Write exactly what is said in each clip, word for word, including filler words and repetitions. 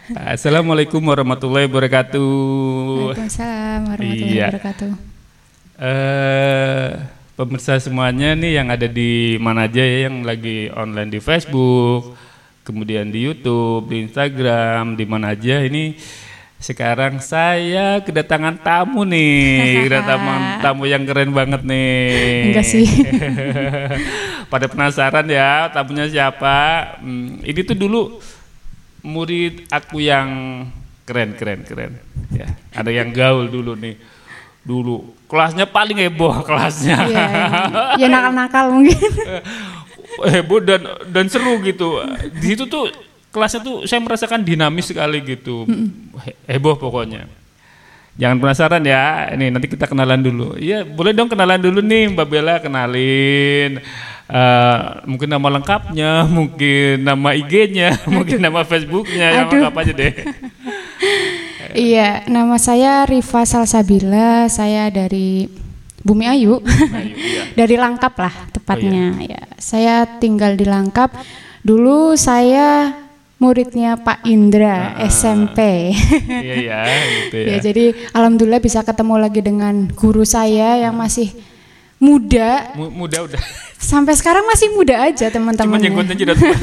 Assalamualaikum warahmatullahi wabarakatuh. Waalaikumsalam warahmatullahi Iya. wabarakatuh. Eh, pemirsa semuanya nih yang ada di mana aja ya, yang lagi online di Facebook, kemudian di YouTube, di Instagram, di mana aja ini. Sekarang saya kedatangan tamu nih, kedatangan tamu yang keren banget nih. Enggak sih. Pada penasaran ya tamunya siapa? Hmm, ini tuh dulu murid aku yang keren keren keren. Ya, ada yang gaul dulu nih. Dulu kelasnya paling heboh kelasnya. Iya, ya nakal-nakal mungkin. Heboh dan dan seru gitu. Di situ tuh kelasnya tuh saya merasakan dinamis sekali gitu. He- heboh pokoknya. Jangan penasaran ya. Ini nanti kita kenalan dulu. Iya, boleh dong kenalan dulu nih Mbak Bella, kenalin. Uh, mungkin nama lengkapnya, mungkin nama I G-nya, mungkin nama Facebook-nya, yang lengkap aja deh. Iya, nama saya Rifa Salsabila, saya dari Bumi Ayu, Ayu, iya. dari Langkap lah tepatnya. Oh, iya. Ya, saya tinggal di Langkap. Dulu saya muridnya Pak Indra, Ah, S M P. Iya ya, gitu ya. Ya, jadi alhamdulillah bisa ketemu lagi dengan guru saya yang masih muda. M- muda udah. Sampai sekarang masih muda aja Cuma teman-temannya. jenggotnya sudah tua.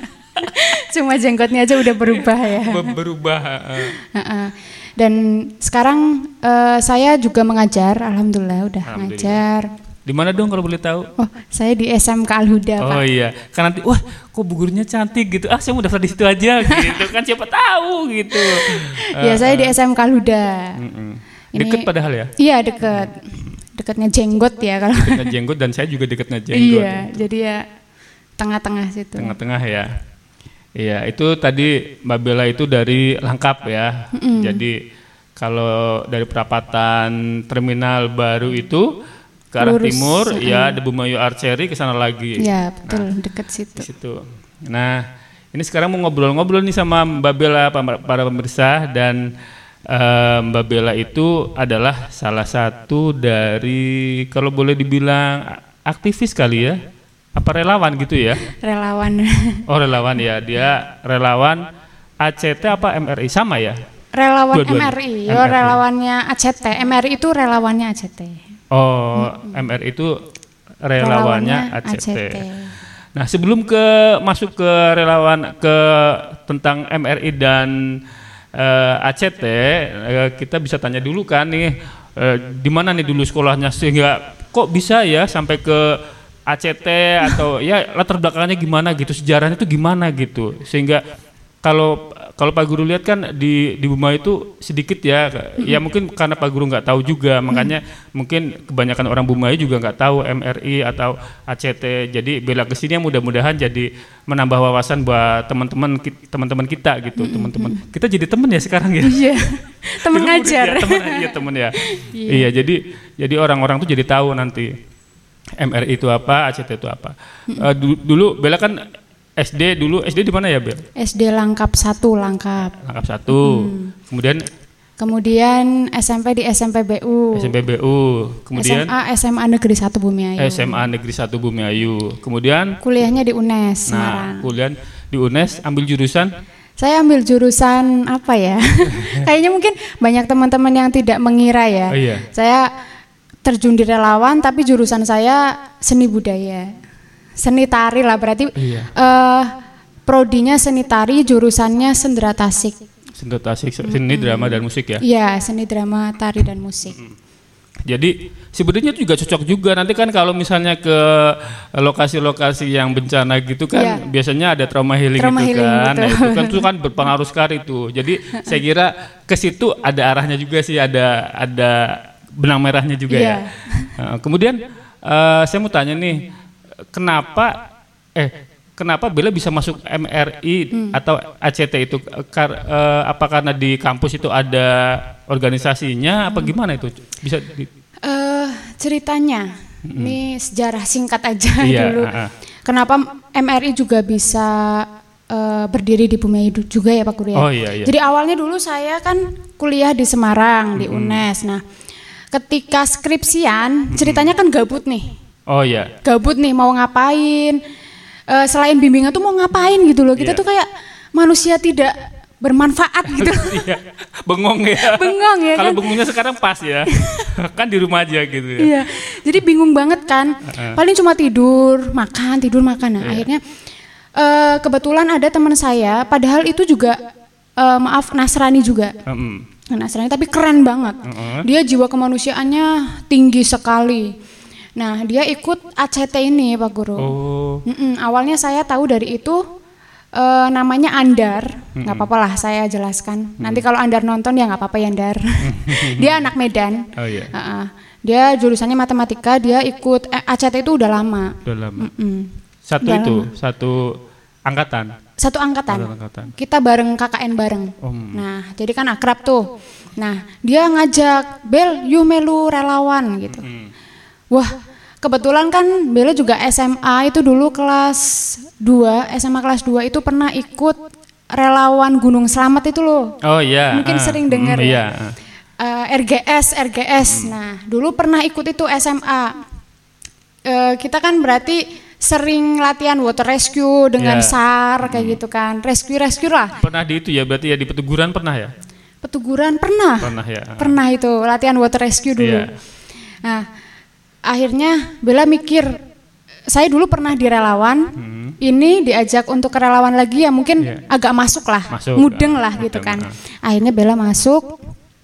Cuma jenggotnya aja udah berubah ya. Be- berubah. uh. Uh-uh. Dan sekarang uh, saya juga mengajar, alhamdulillah udah Alhamdulillah. ngajar. Di mana dong kalau boleh tahu? Oh, saya di S M K Al-Huda, Oh Pak. iya, kan nanti wah kok bu gurunya cantik gitu. Ah saya mau daftar di situ aja gitu kan, siapa tahu gitu. Ya, saya di S M K Al-Huda. Mm-mm. Ini- Deket padahal ya. Iya, deket. Deketnya jenggot ya kalau. Deketnya jenggot dan saya juga deketnya jenggot. Iya, jadi ya tengah-tengah situ. Tengah-tengah ya. Iya, itu tadi Mbak Bella itu dari Langkap ya. Jadi kalau dari perapatan terminal baru itu ke arah Lurus, timur mm. ya ada Bumayu Archery ke sana lagi. Iya, betul, deket situ. Di situ. Nah, ini sekarang mau ngobrol-ngobrol nih sama Mbak Bella, pa- para pemirsa, dan eh, Mbak Bella itu adalah salah satu dari kalau boleh dibilang aktivis kali ya, apa relawan gitu ya? Relawan. Oh relawan ya, dia relawan A C T apa M R I sama ya? Relawan Dua-duanya. M R I, M yo R I. relawannya A C T. M R I itu relawannya A C T. Oh M R I itu relawannya A C T. Nah sebelum ke masuk ke relawan ke tentang M R I dan eh, A C T, eh, kita bisa tanya dulu kan nih eh, di mana nih dulu sekolahnya sehingga kok bisa ya sampai ke A C T atau ya latar belakangnya gimana gitu, sejarahnya itu gimana gitu, sehingga kalau kalau Pak Guru lihat kan di di Buma itu sedikit ya, ya mungkin karena Pak Guru nggak tahu juga, makanya mungkin kebanyakan orang Buma juga nggak tahu M R I atau A C T. Jadi Bella kesini mudah-mudahan jadi menambah wawasan buat teman-teman ki- teman-teman kita gitu, teman-teman kita jadi teman ya sekarang ya. Iya. Temen Dulu murid ngajar. ya, temen, iya temen ya. Iya jadi jadi orang-orang tuh jadi tahu nanti M R I itu apa, A C T itu apa. Eh, du- dulu Bella kan S D dulu, S D di mana ya Bel? S D Langkap satu, Langkap. Langkap satu, kemudian Kemudian S M P di S M P B U. S M P B U, kemudian S M A S M A Negeri satu Bumi Ayu. S M A Negeri satu Bumi Ayu, kemudian Kuliahnya di U N E S nah Semarang. kuliah di U N E S ambil jurusan Saya ambil jurusan apa ya? Kayaknya mungkin banyak teman-teman yang tidak mengira ya. Oh, iya. Saya terjun di relawan tapi jurusan saya seni budaya. Seni tari lah berarti Iya. eh, prodinya seni tari, jurusannya sendera tasik. Sentuh Tasik, seni drama dan musik ya. Iya, seni drama, tari dan musik. Jadi sebenarnya itu juga cocok juga nanti kan kalau misalnya ke lokasi-lokasi yang bencana gitu kan Iya. biasanya ada trauma healing Trauma gitu healing, kan. Nah, betul. itu kan itu kan berpengaruh sekali tuh. Jadi saya kira ke situ ada arahnya juga sih, ada ada benang merahnya juga Iya. ya. Nah, kemudian eh, saya mau tanya nih, kenapa eh kenapa Bella bisa masuk M R I Hmm. atau A C T itu? Kar, eh, apa karena di kampus itu ada organisasinya apa gimana itu? Bisa di, Eh, ceritanya, ini sejarah singkat aja Iya, dulu. ah, ah. Kenapa M R I juga bisa eh, berdiri di Bumi Ayu juga ya Pak Guru ya? Oh, iya, iya. Jadi awalnya dulu saya kan kuliah di Semarang di U N E S. Nah, ketika skripsian ceritanya kan gabut nih, Oh iya. gabut nih mau ngapain? Eh, selain bimbingan tuh mau ngapain gitu loh? Kita Iya. tuh kayak manusia tidak bermanfaat gitu. Iya, bengong ya. Bengong ya. Kalau kan? bengongnya sekarang pas ya, kan di rumah aja gitu ya. Iya, jadi bingung banget kan. Uh-uh. Paling cuma tidur, makan, tidur, makan. Nah, yeah. akhirnya uh, kebetulan ada teman saya, padahal itu juga uh, maaf Nasrani juga. Uh-uh. Nasrani tapi keren banget. Uh-uh. Dia jiwa kemanusiaannya tinggi sekali. Nah, dia ikut A C T ini, Pak Guru. Oh. Awalnya saya tahu dari itu uh, namanya Andar. Nggak mm-hmm. apa-apa lah saya jelaskan. Mm-hmm. Nanti kalau Andar nonton ya nggak apa-apa ya Andar. Dia anak Medan. Oh, yeah. uh-uh. Dia jurusannya matematika. Dia ikut eh, A C T itu udah lama. Udah lama. Mm-hmm. Satu udah itu, lama. satu angkatan. Satu angkatan. angkatan. Kita bareng K K N bareng. Oh. Nah, jadi kan akrab tuh. Nah, dia ngajak, Bel, you melu relawan gitu. Mm-hmm. Wah, kebetulan kan Bella juga S M A itu dulu kelas dua, S M A kelas dua itu pernah ikut relawan Gunung Slamet itu loh. Oh iya. Mungkin uh, sering dengar mm, ya. Iya. Uh, R G S, R G S. Hmm. Nah, dulu pernah ikut itu S M A. Uh, kita kan berarti sering latihan water rescue dengan yeah. S A R kayak hmm. gitu kan. Rescue-rescue lah. Pernah di itu ya, berarti ya di Petuguran pernah ya? Petuguran pernah. Pernah ya. Pernah itu latihan water rescue dulu. Yeah. Nah, akhirnya Bella mikir, saya dulu pernah di relawan, hmm. ini diajak untuk ke relawan lagi ya mungkin yeah. agak masuk lah, masuk, mudeng uh, lah mudeng, gitu kan. Uh. Akhirnya Bella masuk,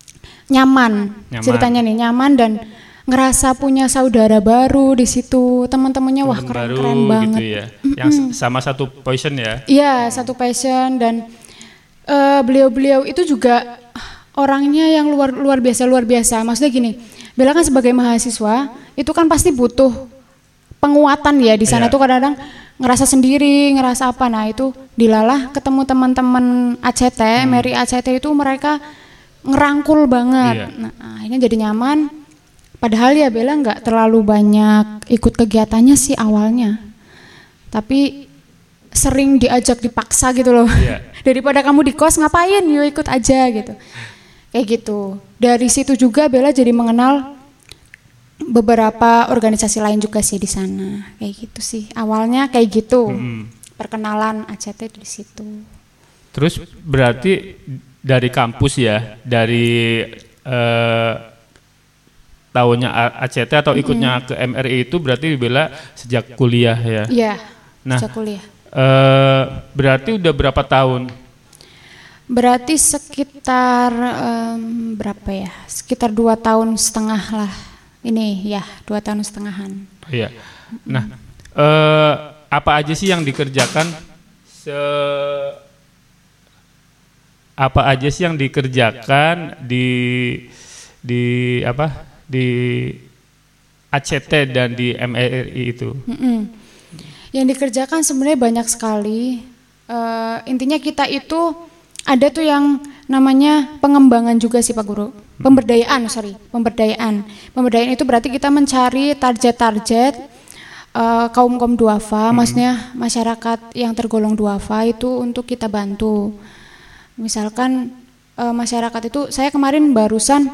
nyaman, nyaman ceritanya nih nyaman dan ngerasa punya saudara baru di situ, teman-temannya wah keren-keren banget. Gitu ya. Yang sama satu passion ya? Iya, satu passion dan uh, beliau-beliau itu juga orangnya yang luar luar biasa luar biasa. Maksudnya gini, Bella kan sebagai mahasiswa itu kan pasti butuh penguatan ya di sana yeah. tuh kadang-kadang ngerasa sendiri, ngerasa apa. Nah itu dilalah ketemu teman-teman A C T, hmm. Mary A C T itu mereka ngerangkul banget. Yeah. Nah akhirnya jadi nyaman. Padahal ya Bella nggak terlalu banyak ikut kegiatannya sih awalnya. Tapi sering diajak dipaksa gitu loh. Yeah. Daripada kamu di kos ngapain, yuk ikut aja gitu. Kayak gitu. Dari situ juga Bella jadi mengenal beberapa organisasi lain juga sih di sana, kayak gitu sih. Awalnya kayak gitu, hmm. perkenalan A C T di situ. Terus berarti dari kampus ya, dari eh, tahunnya A C T atau ikutnya mm-hmm. ke M R I itu berarti Bella sejak kuliah ya? Iya, nah, sejak kuliah. Eh, berarti udah berapa tahun? Berarti sekitar um, berapa ya? Sekitar dua tahun setengah lah. Ini ya dua tahun setengahan. Iya. Nah, mm. eh, apa aja sih yang dikerjakan? Se apa aja sih yang dikerjakan di di apa di A C T dan di M R I itu? Mm-mm. Yang dikerjakan sebenarnya banyak sekali. Uh, intinya kita itu ada tuh yang namanya pengembangan juga sih Pak Guru. Pemberdayaan, sorry, pemberdayaan. Pemberdayaan itu berarti kita mencari target-target uh, kaum-kaum duafa, hmm. maksudnya masyarakat yang tergolong duafa itu untuk kita bantu. Misalkan uh, masyarakat itu, saya kemarin barusan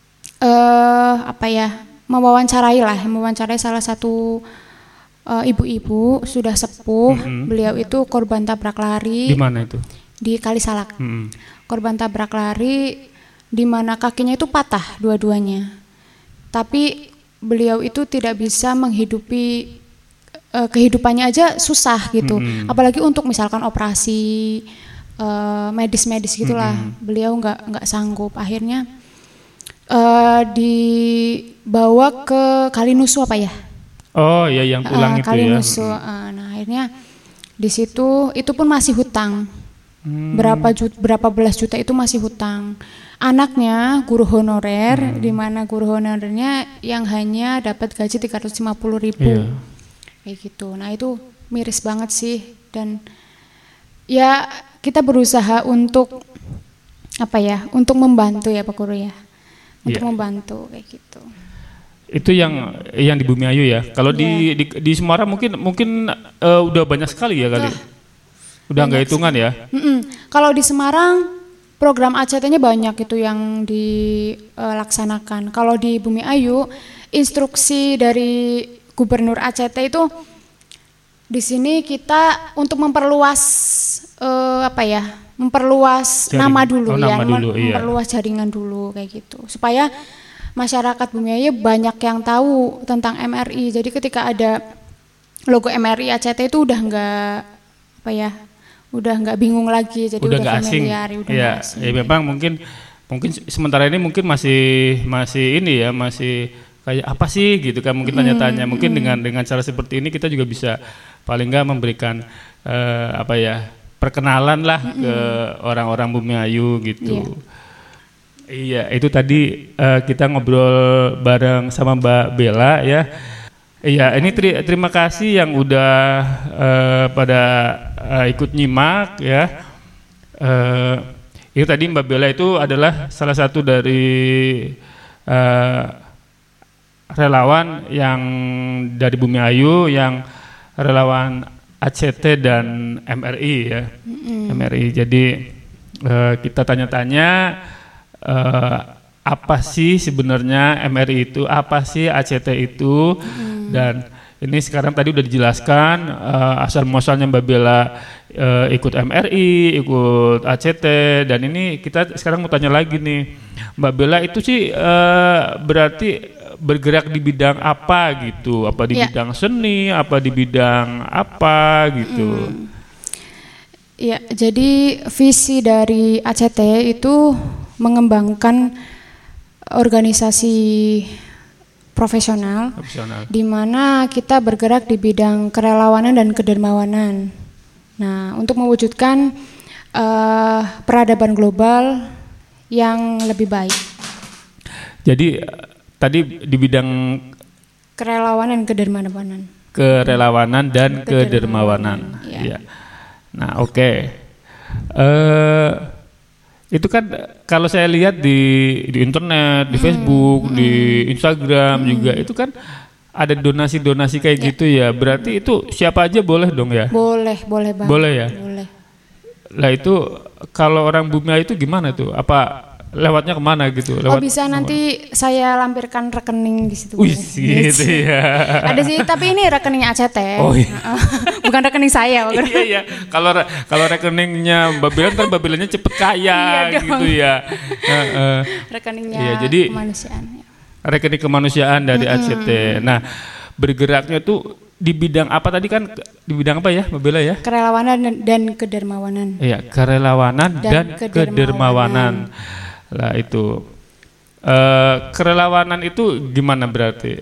uh, apa ya, mewawancarai lah, mewawancarai salah satu uh, ibu-ibu sudah sepuh. Hmm. Beliau itu korban tabrak lari. Di mana itu? Di Kalisalak. Hmm. Korban tabrak lari di mana kakinya itu patah dua-duanya. Tapi beliau itu tidak bisa menghidupi uh, kehidupannya aja susah gitu. Mm-hmm. Apalagi untuk misalkan operasi uh, medis-medis gitulah. Mm-hmm. Beliau nggak nggak sanggup. Akhirnya uh, dibawa ke Kalinusu apa ya? Oh ya yang tulang uh, itu Kalinusu. ya. Uh, nah akhirnya di situ itu pun masih hutang. Hmm. Berapa juta, berapa belas juta itu masih hutang. Anaknya guru honorer, hmm. di mana guru honorernya yang hanya dapat gaji tiga ratus lima puluh ribu, yeah. kayak gitu. Nah itu miris banget sih. Dan ya kita berusaha untuk apa ya, untuk membantu ya Pak Guru ya, untuk yeah. membantu kayak gitu. Itu yang yang di Bumi Ayu ya. Kalau yeah. di, di di Semarang mungkin mungkin uh, udah banyak sekali ya kali. Oh. Udah nggak hitungan ya? Kalau di Semarang program A C T-nya banyak itu yang dilaksanakan. Uh, Kalau di Bumi Ayu instruksi dari Gubernur A C T itu di sini kita untuk memperluas uh, apa ya memperluas Jaring. nama dulu oh, ya, nama dulu, memperluas iya. jaringan dulu kayak gitu. Supaya masyarakat Bumiayu banyak yang tahu tentang M R I. Jadi ketika ada logo M R I A C T itu udah enggak apa ya? Udah enggak bingung lagi, jadi udah, udah familiar, asing. udah ya, asing. Ya memang mungkin mungkin sementara ini mungkin masih masih ini ya, masih kayak apa sih gitu kan, mungkin tanya-tanya. Hmm, mungkin hmm. dengan dengan cara seperti ini kita juga bisa paling enggak memberikan uh, apa ya, perkenalan lah hmm. ke orang-orang Bumiayu gitu. Yeah. Iya, itu tadi uh, kita ngobrol bareng sama Mbak Bella ya. Iya, ini teri terima kasih yang udah uh, pada uh, ikut nyimak ya. Uh, itu tadi Mbak Bella itu adalah salah satu dari uh, relawan yang dari Bumiayu, yang relawan A C T dan M R I ya. Mm-hmm. M R I. Jadi uh, kita tanya-tanya uh, apa sih sebenarnya M R I itu, apa sih A C T itu, mm. dan ini sekarang tadi udah dijelaskan uh, asal muasalnya Mbak Bella uh, ikut M R I, ikut A C T, dan ini kita sekarang mau tanya lagi nih, Mbak Bella itu sih uh, berarti bergerak di bidang apa gitu, apa di ya. bidang seni, apa di bidang apa gitu. Mm. Ya, jadi visi dari A C T itu mengembangkan organisasi profesional, profesional, di mana kita bergerak di bidang kerelawanan dan kedermawanan. Nah, untuk mewujudkan uh, peradaban global yang lebih baik. Jadi tadi di bidang kerelawanan dan kedermawanan. Kerelawanan dan kedermawanan. Ya. Ya. Nah, oke. Okay. Uh, itu kan kalau saya lihat di di internet, di Facebook, hmm. di Instagram hmm. juga itu kan ada donasi-donasi kayak ya. gitu ya. Berarti itu siapa aja boleh dong ya? Boleh, boleh banget. Boleh ya? Boleh. Lah itu kalau orang Bumiayu itu gimana tuh? Apa lewatnya kemana gitu? Lewat oh bisa nomor. Nanti saya lampirkan rekening di situ. Wih, gitu ya. Ada sih, tapi ini rekeningnya A C T. Oh iya. Bukan rekening saya. Bukan. Iya iya. Kalau kalau rekeningnya Mbak Bella kan Mbak Bellanya cepet kaya iya gitu ya. Uh, uh. Rekeningnya iya, jadi, kemanusiaan. Rekening kemanusiaan dari mm-hmm. A C T. Nah, bergeraknya tuh di bidang apa tadi kan? Di bidang apa ya Mbak Bella ya? Kerelawanan dan kedermawanan. Iya, kerelawanan dan, dan kedermawanan. kedermawanan. Lah itu uh, kerelawanan itu gimana berarti?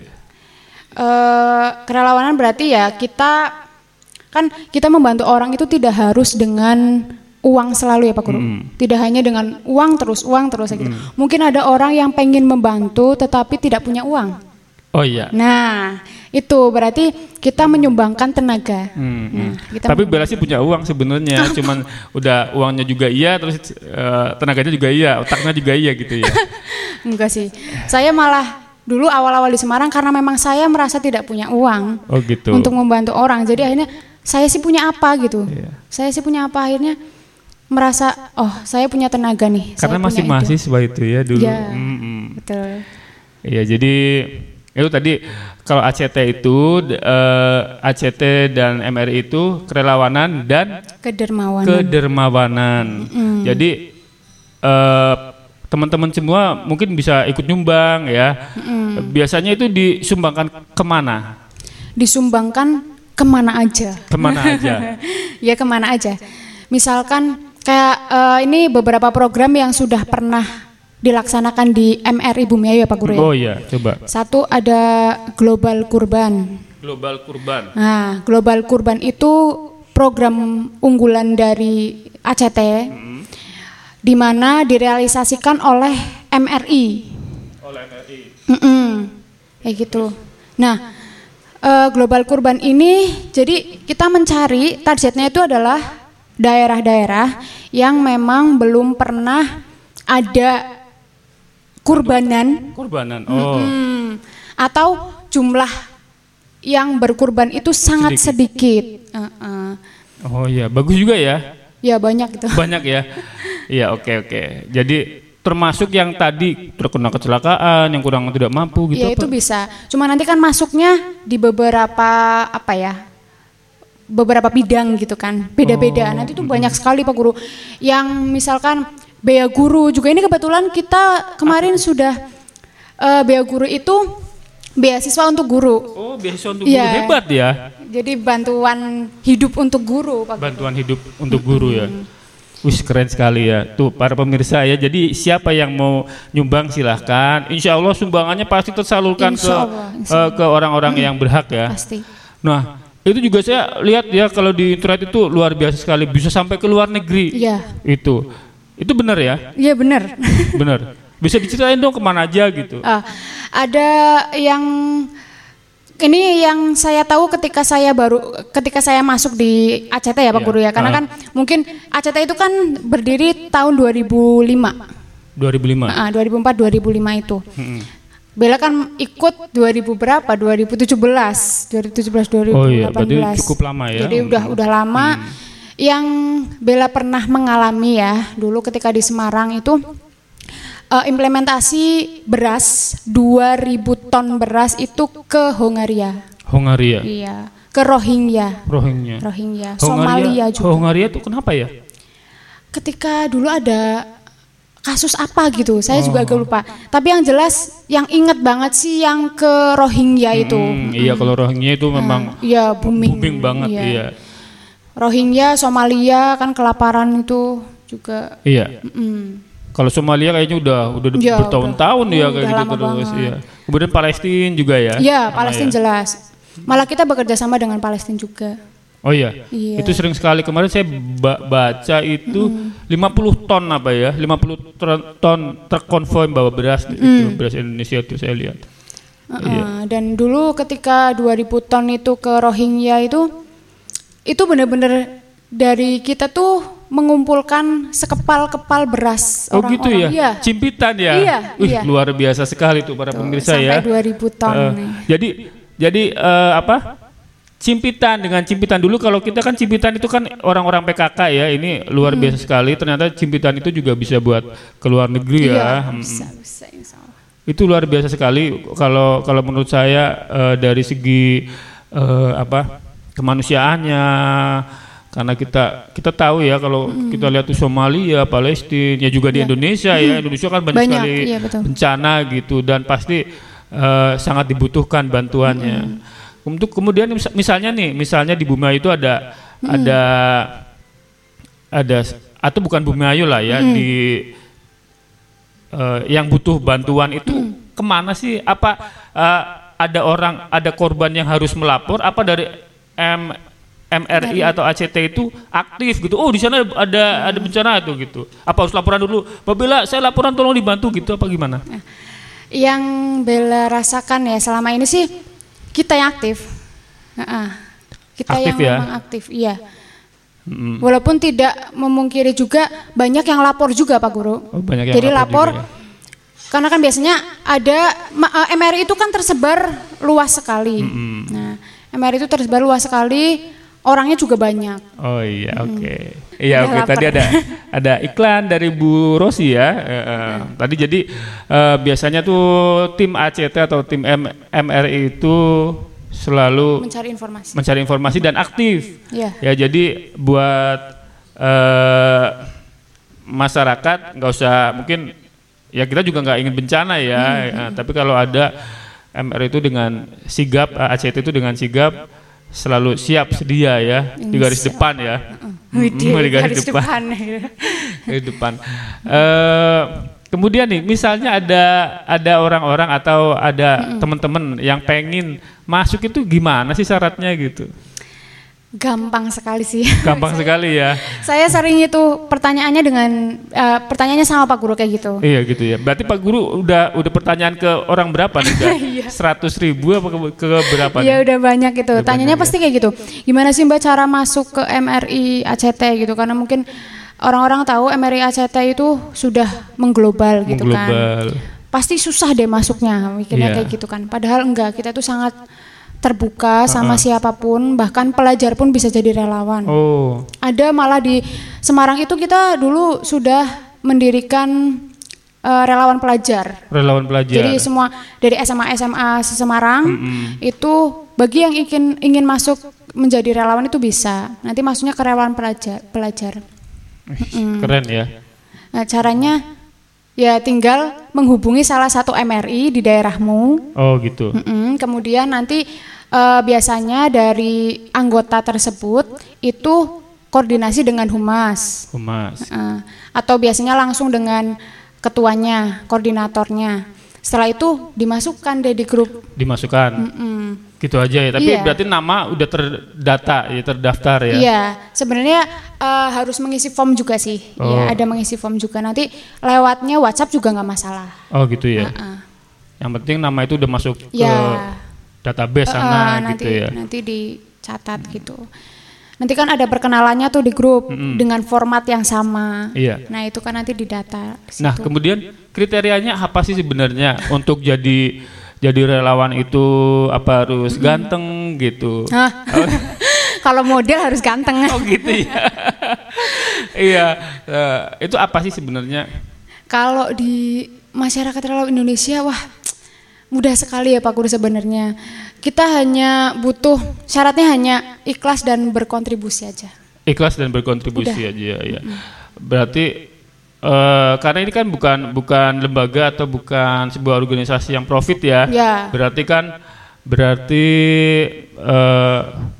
Uh, kerelawanan berarti ya kita kan kita membantu orang itu tidak harus dengan uang selalu ya Pak Guru. Hmm. Tidak hanya dengan uang terus uang terus gitu. Hmm. Mungkin ada orang yang pengen membantu tetapi tidak punya uang. Oh iya. Nah itu berarti kita menyumbangkan tenaga. Hmm, nah, kita tapi Bella sih punya uang sebenarnya, cuman udah uangnya juga iya, terus uh, tenaganya juga iya, otaknya juga iya gitu ya. Enggak sih, saya malah dulu awal-awal di Semarang karena memang saya merasa tidak punya uang oh, gitu. untuk membantu orang, jadi akhirnya saya sih punya apa gitu, yeah. saya sih punya apa akhirnya merasa oh saya punya tenaga nih. Karena masih mahasiswa itu. itu ya dulu. Ya, mm-hmm. betul. Iya jadi itu tadi kalau A C T itu uh, A C T dan M R I itu kerelawanan dan kedermawanan. Kedermawanan. Mm. Jadi uh, teman-teman semua mungkin bisa ikut nyumbang ya. Mm. Biasanya itu disumbangkan kemana? Disumbangkan kemana aja. Kemana aja? Ya kemana aja. Misalkan kayak uh, ini beberapa program yang sudah pernah dilaksanakan di M R I Bumiayu ya Pak Guru ya? Oh iya, coba. Satu ada Global Kurban. Global Kurban. Nah, Global Kurban itu program unggulan dari A C T, mm-hmm. di mana direalisasikan oleh M R I. Oleh M R I. Mm-mm. Kayak gitu. Nah, uh, Global Kurban ini, jadi kita mencari targetnya itu adalah daerah-daerah yang memang belum pernah ada kurbanan, kurbanan, oh, mm-hmm. atau jumlah yang berkurban itu sangat sedikit. sedikit. Uh-uh. Oh iya, bagus juga ya? Ya banyak itu. Banyak ya? Iya oke okay, oke. Okay. Jadi termasuk yang tadi terkena kecelakaan, yang kurang tidak mampu gitu. Ya apa? Itu bisa. Cuma nanti kan masuknya di beberapa apa ya beberapa bidang gitu kan, beda-beda. Oh. Nanti tuh banyak sekali Pak Guru. Yang misalkan bea guru juga ini kebetulan kita kemarin sudah uh, bea guru itu beasiswa untuk guru. Oh, beasiswa untuk guru, ya. Hebat ya. Jadi bantuan hidup untuk guru Pak Bantuan Guru. hidup untuk guru ya. Wih, keren sekali ya. Tuh para pemirsa ya. Jadi siapa yang mau nyumbang silahkan. Insya Allah sumbangannya pasti tersalurkan ke Allah, uh, ke orang-orang hmm, yang berhak ya. Pasti. Nah, itu juga saya lihat ya kalau di internet itu luar biasa sekali, bisa sampai ke luar negeri. Iya. Itu. Itu benar ya? Iya benar. Benar. Bisa diceritain dong kemana aja gitu. Uh, ada yang ini yang saya tahu ketika saya baru ketika saya masuk di A C T ya Pak yeah. Guru ya, karena uh. kan mungkin A C T itu kan berdiri tahun dua ribu lima. dua ribu lima. Uh, dua ribu empat dua ribu lima itu. Hmm. Bella kan ikut dua ribu berapa? dua ribu tujuh belas, dua ribu tujuh belas dua ribu delapan belas. Oh iya, berarti cukup lama ya. Jadi udah udah lama. Hmm. Yang Bella pernah mengalami ya dulu ketika di Semarang itu Uh, implementasi beras dua ribu ton beras itu ke Hongaria. Hongaria. Iya, ke Rohingya. Rohingya. Rohingya. Somalia juga. Hongaria itu kenapa ya? Ketika dulu ada kasus apa gitu, saya oh. juga agak lupa. Tapi yang jelas, yang inget banget sih yang ke Rohingya itu. Hmm, iya, kalau Rohingya itu memang uh, iya booming. booming banget. Iya. iya. Rohingya, Somalia kan kelaparan itu juga. Iya. Mm-mm. Kalau Somalia kayaknya udah udah ya, bertahun-tahun ya kayak gitu terus ya. Kemudian Palestina juga ya. Iya, Palestina ya. Jelas. Malah kita bekerja sama dengan Palestina juga. Oh iya. iya. Itu sering sekali kemarin saya ba- baca itu mm. lima puluh ton apa ya? lima puluh ton terkonvoi bawa beras mm. itu beras Indonesia itu saya lihat. Uh-uh. Iya. Dan dulu ketika dua ribu ton itu ke Rohingya itu itu benar-benar dari kita tuh mengumpulkan sekepal-kepal beras. Oh gitu ya? Iya. Cimpitan ya? Iya, Wih, iya. Luar biasa sekali tuh para tuh, pemirsa sampai ya. Sampai dua ribu ton. Uh, jadi jadi uh, apa? Cimpitan dengan cimpitan dulu kalau kita kan cimpitan itu kan orang-orang P K K ya. Ini luar hmm. biasa sekali. Ternyata cimpitan itu juga bisa buat ke luar negeri iya, ya. Bisa, bisa, insya Allah. Itu luar biasa sekali kalau kalau menurut saya uh, dari segi uh, apa? Kemanusiaannya. Karena kita kita tahu ya kalau mm. kita lihat di Somalia, Palestina, ya juga di ya. Indonesia mm. ya Indonesia kan banyak, banyak sekali iya, bencana gitu dan pasti uh, sangat dibutuhkan bantuannya. Mm. Untuk kemudian misalnya nih, misalnya di Bumiayu itu ada mm. ada ada atau bukan Bumiayu lah ya mm. di uh, yang butuh bantuan itu mm. kemana sih? Apa uh, ada orang ada korban yang harus melapor? Apa dari M M R I atau A C T itu aktif gitu. Oh di sana ada ada bencana itu gitu. Apa harus laporan dulu? Mbak Bella, saya laporan tolong dibantu gitu apa gimana? Yang Bella rasakan ya selama ini sih kita yang aktif. Nah, kita aktif yang ya? memang aktif, iya. Mm. Walaupun tidak memungkiri juga banyak yang lapor juga Pak Guru. Oh, banyak yang Jadi lapor. lapor ya? Karena kan biasanya ada M R I itu kan tersebar luas sekali. Mm-hmm. Nah, M R I itu tersebar luas sekali. Orangnya juga banyak. Oh iya, oke. Okay. Hmm. Iya, oke. Okay. Tadi ada ada iklan dari Bu Rosi ya. Uh, uh, tadi jadi uh, biasanya tuh tim A C T atau tim M- MRI itu selalu mencari informasi, mencari informasi dan aktif. Yeah. Ya, jadi buat uh, masyarakat nggak usah mungkin ya kita juga nggak ingin bencana ya. Hmm. Uh, tapi kalau ada M R I itu dengan sigap, A C T itu dengan sigap. Selalu siap sedia ya di garis depan ya, uh, uh, di, di garis, garis depan, garis depan. Uh, kemudian nih, misalnya ada ada orang-orang atau ada mm. teman-teman yang pengen masuk itu gimana sih syaratnya gitu? Gampang sekali sih. Gampang sekali ya. Saya sering itu pertanyaannya dengan uh, pertanyaannya sama Pak Guru kayak gitu. Iya gitu ya. Berarti Pak Guru udah udah pertanyaan ke orang berapa nih? Udah seratus ribu apa ke, ke berapa? Iya udah banyak gitu. Udah Tanyanya banyak, pasti ya? Kayak gitu. Gimana sih Mbak cara masuk ke M R I A C T gitu? Karena mungkin orang-orang tahu M R I A C T itu sudah mengglobal gitu mengglobal. kan. Pasti susah deh masuknya, mikirnya yeah. kayak gitu kan. Padahal enggak, kita tuh sangat terbuka sama uh-uh. siapapun, bahkan pelajar pun bisa jadi relawan. Oh. Ada malah di Semarang itu kita dulu sudah mendirikan uh, relawan pelajar. Relawan pelajar. Jadi semua dari S M A S M A Semarang mm-hmm. itu bagi yang ingin ingin masuk menjadi relawan itu bisa. Nanti maksudnya ke relawan pelajar. pelajar. Mm. Keren ya. Nah, caranya ya tinggal menghubungi salah satu M R I di daerahmu. Oh gitu. Mm-mm. Kemudian nanti uh, biasanya dari anggota tersebut itu koordinasi dengan humas. Humas. Uh, atau biasanya langsung dengan ketuanya, koordinatornya. Setelah itu dimasukkan deh di grup. Dimasukkan. Mm-mm. Gitu aja ya. Tapi iya. berarti nama udah terdata ya, terdaftar ya. Iya. Sebenarnya uh, harus mengisi form juga sih. Oh. Ya, ada mengisi form juga. Nanti lewatnya WhatsApp juga nggak masalah. Oh gitu ya. Uh-uh. Yang penting nama itu udah masuk ya. ke database uh, sana nanti, gitu ya. Nanti dicatat hmm. gitu. Nanti kan ada perkenalannya tuh di grup mm-hmm. dengan format yang sama. Iya. Nah itu kan nanti didata. Nah kemudian kriterianya apa sih sebenarnya untuk jadi jadi relawan itu? Apa harus mm-hmm. ganteng gitu? Oh. Kalau model harus ganteng. Oh gitu ya. Iya. Uh, itu apa sih sebenarnya? Kalau di masyarakat relawan Indonesia, wah mudah sekali ya Pak Guru sebenarnya. Kita hanya butuh, syaratnya hanya ikhlas dan berkontribusi aja. Ikhlas dan berkontribusi Udah. aja ya. Mm-hmm. Berarti uh, karena ini kan bukan bukan lembaga atau bukan sebuah organisasi yang profit ya. ya. Berarti kan berarti uh,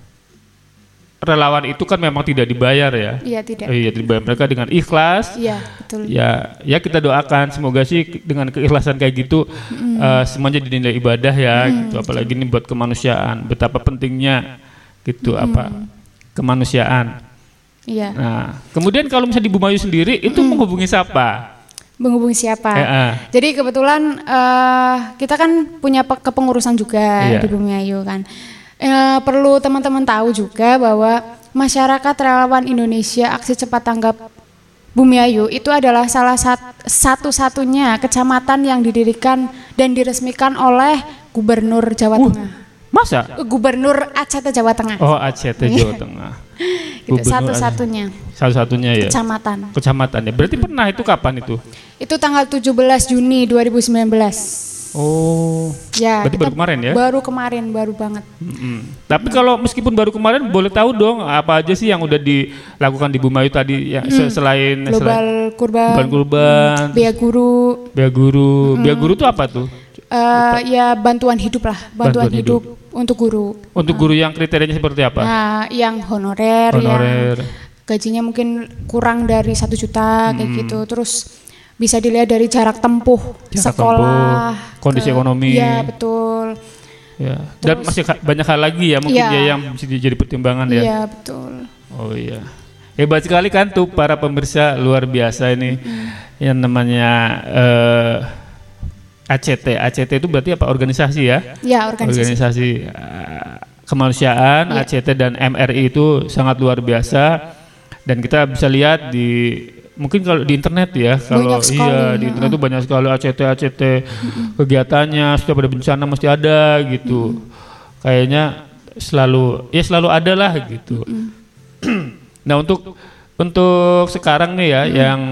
relawan itu kan memang tidak dibayar ya. Iya tidak. Iya dibayar mereka dengan ikhlas. Iya betul. Ya ya kita doakan semoga sih dengan keikhlasan kayak gitu mm. uh, semuanya dinilai ibadah ya. Mm. Gitu. Apalagi ini buat kemanusiaan. Betapa pentingnya gitu mm. apa kemanusiaan. Iya. Nah kemudian kalau misalnya di Bumayu sendiri itu mm. menghubungi siapa? Menghubungi siapa? Eh, uh. Jadi kebetulan uh, kita kan punya pe- kepengurusan juga iya. di Bumayu kan. E, perlu teman-teman tahu juga bahwa masyarakat relawan Indonesia Aksi Cepat Tanggap Bumiayu itu adalah salah sat- satu-satunya kecamatan yang didirikan dan diresmikan oleh Gubernur Jawa uh, Tengah. Masa? Gubernur A C T Jawa Tengah. Oh A C T Jawa Tengah. Itu satu-satunya. Satu-satunya ya. Kecamatan. Kecamatan ya. Berarti pernah itu kapan itu? Itu tanggal tujuh belas Juni dua ribu sembilan belas. Oh, ya, berarti baru kemarin ya? Baru kemarin, baru banget. Mm-hmm. Tapi kalau meskipun baru kemarin, boleh tahu dong apa aja sih yang udah dilakukan di Bumayu tadi ya mm. selain global selain kurban, global kurban, mm. Bia Guru, Bia Guru, mm. Bia Guru itu apa tuh? Uh, ya bantuan hidup lah, bantuan, bantuan hidup, hidup untuk guru. Untuk uh. guru yang kriterianya seperti apa? Nah, yang honorer, honorer. yang gajinya mungkin kurang dari satu juta mm. kayak gitu, terus bisa dilihat dari jarak tempuh jarak sekolah, tempuh, kondisi ke, ekonomi. Iya betul. Ya. Dan masih banyak hal lagi ya mungkin ya, ya yang bisa jadi pertimbangan ya. Iya betul. Oh iya. Hebat sekali kan tuh para pemirsa, luar biasa ini mm. yang namanya uh, A C T. A C T itu berarti apa? Organisasi ya? Iya organisasi. Organisasi uh, kemanusiaan ya. A C T dan M R I itu sangat luar biasa dan kita bisa lihat di mungkin kalau di internet ya, kalau iya di internet itu banyak sekali A C T A C T mm-hmm. kegiatannya, setiap ada bencana mesti ada gitu. Mm-hmm. Kayaknya selalu ya selalu ada lah gitu. Mm-hmm. Nah untuk untuk sekarang nih ya mm-hmm. yang